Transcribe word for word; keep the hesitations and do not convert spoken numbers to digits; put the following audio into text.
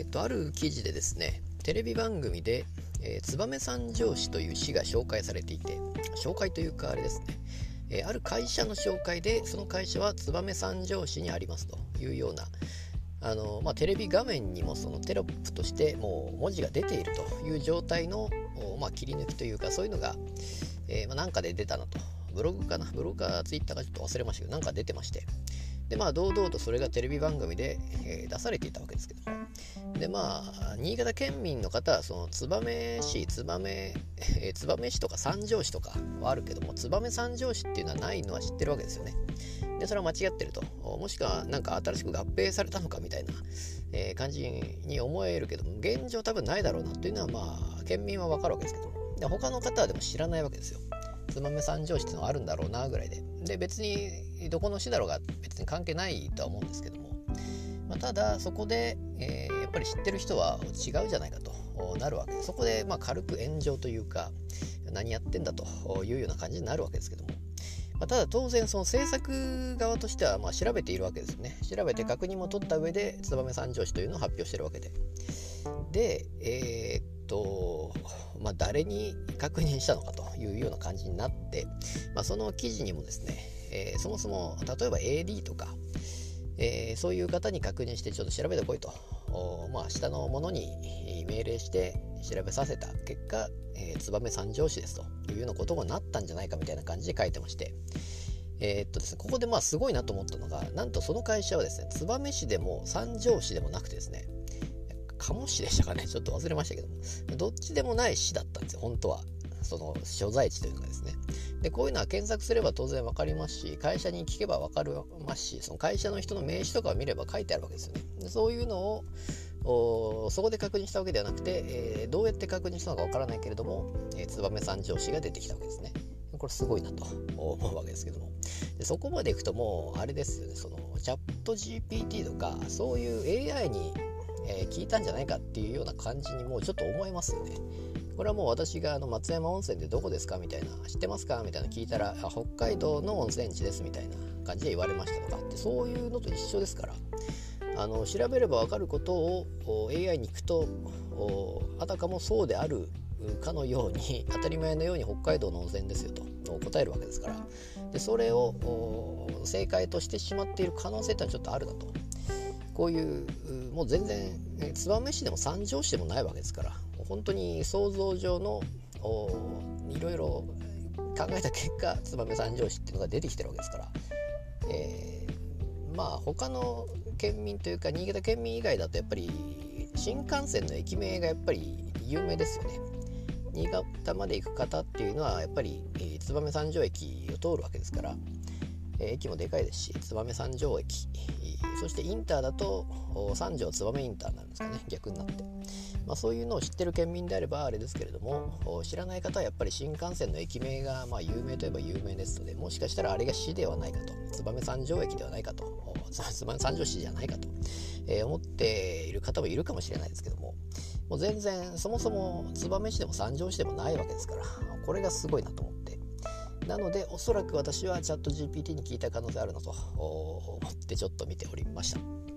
ー、とある記事でですね、テレビ番組で、えー、燕三条市という市が紹介されていて、紹介というかあれですね、えー、ある会社の紹介で、その会社は燕三条市にありますというような、あの、まあ、テレビ画面にもそのテロップとしてもう文字が出ているという状態の、まあ、切り抜きというか、そういうのが、えーまあ、なんかで出たなと。ブログかな、ブログかツイッターかちょっと忘れましたけど、なんか出てまして、でまあ堂々とそれがテレビ番組で、えー、出されていたわけですけども、でまあ新潟県民の方はその燕市、燕、えー、燕市とか三条市とかはあるけども、燕三条市っていうのはないのは知ってるわけですよね。でそれは間違ってると、もしくはなんか新しく合併されたのかみたいな、えー、感じに思えるけども、現状多分ないだろうなというのはまあ県民は分かるわけですけども、で他の方はでも知らないわけですよ。燕三条市っていうのがあるんだろうなぐらいで、で別にどこの市だろうが別に関係ないとは思うんですけども、まあ、ただそこで、えー、やっぱり知ってる人は違うじゃないかとなるわけで、そこでまあ軽く炎上というか、何やってんだというような感じになるわけですけども、まあ、ただ当然その制作側としてはまあ調べているわけですね。調べて確認も取った上で燕三条市というのを発表しているわけで、でえー、っとまあ誰に確認したのかというような感じになって、まあ、その記事にもですね、えー、そもそも例えば エーディー とか、えー、そういう方に確認してちょっと調べてこいと、まあ、下の者に命令して調べさせた結果、えー、燕三条市ですというようなことがなったんじゃないかみたいな感じで書いてまして、えーっとですね、ここでまあすごいなと思ったのが、なんとその会社はですね、燕市でも三条市でもなくてですね、鴨市でしたかね、ちょっと忘れましたけども、どっちでもない市だったんですよ、本当は。その所在地というのがですね。でこういうのは検索すれば当然わかりますし、会社に聞けばわかりますし、その会社の人の名刺とかを見れば書いてあるわけですよね。でそういうのをそこで確認したわけではなくて、えー、どうやって確認したのかわからないけれども、えー、燕三条市が出てきたわけですね。これすごいなと思うわけですけども、でそこまでいくともうあれですよね、そのチャット ジーピーティー とかそういう エーアイ に、えー、聞いたんじゃないかっていうような感じにもうちょっと思えますよね。これはもう私があの松山温泉でどこですかみたいな、知ってますかみたいな聞いたら、あ北海道の温泉地ですみたいな感じで言われましたとかって、そういうのと一緒ですから、あの調べれば分かることを エーアイ に聞くと、あたかもそうであるかのように、当たり前のように北海道の温泉ですよと答えるわけですから、でそれを正解としてしまっている可能性ってのはちょっとあるなと。こういうもう全然燕市でも三条市でもないわけですから、本当に想像上のいろいろ考えた結果、燕三条市っていうのが出てきてるわけですから、えー、まあ他の県民というか新潟県民以外だとやっぱり新幹線の駅名がやっぱり有名ですよね。新潟まで行く方っていうのはやっぱり、えー、燕三条駅を通るわけですから、えー、駅もでかいですし、燕三条駅、そしてインターだと三条燕インターになるんですかね、逆になって、まあ、そういうのを知ってる県民であればあれですけれども、知らない方はやっぱり新幹線の駅名がまあ有名といえば有名ですので、もしかしたらあれが市ではないかと、燕三条駅ではないかと、燕三条市じゃないかと、えー、思っている方もいるかもしれないですけども、もう全然そもそも燕市でも三条市でもないわけですから、これがすごいなと思って、なのでおそらく私はチャット ジーピーティー に聞いた可能性あるなと思ってちょっと見ておりました。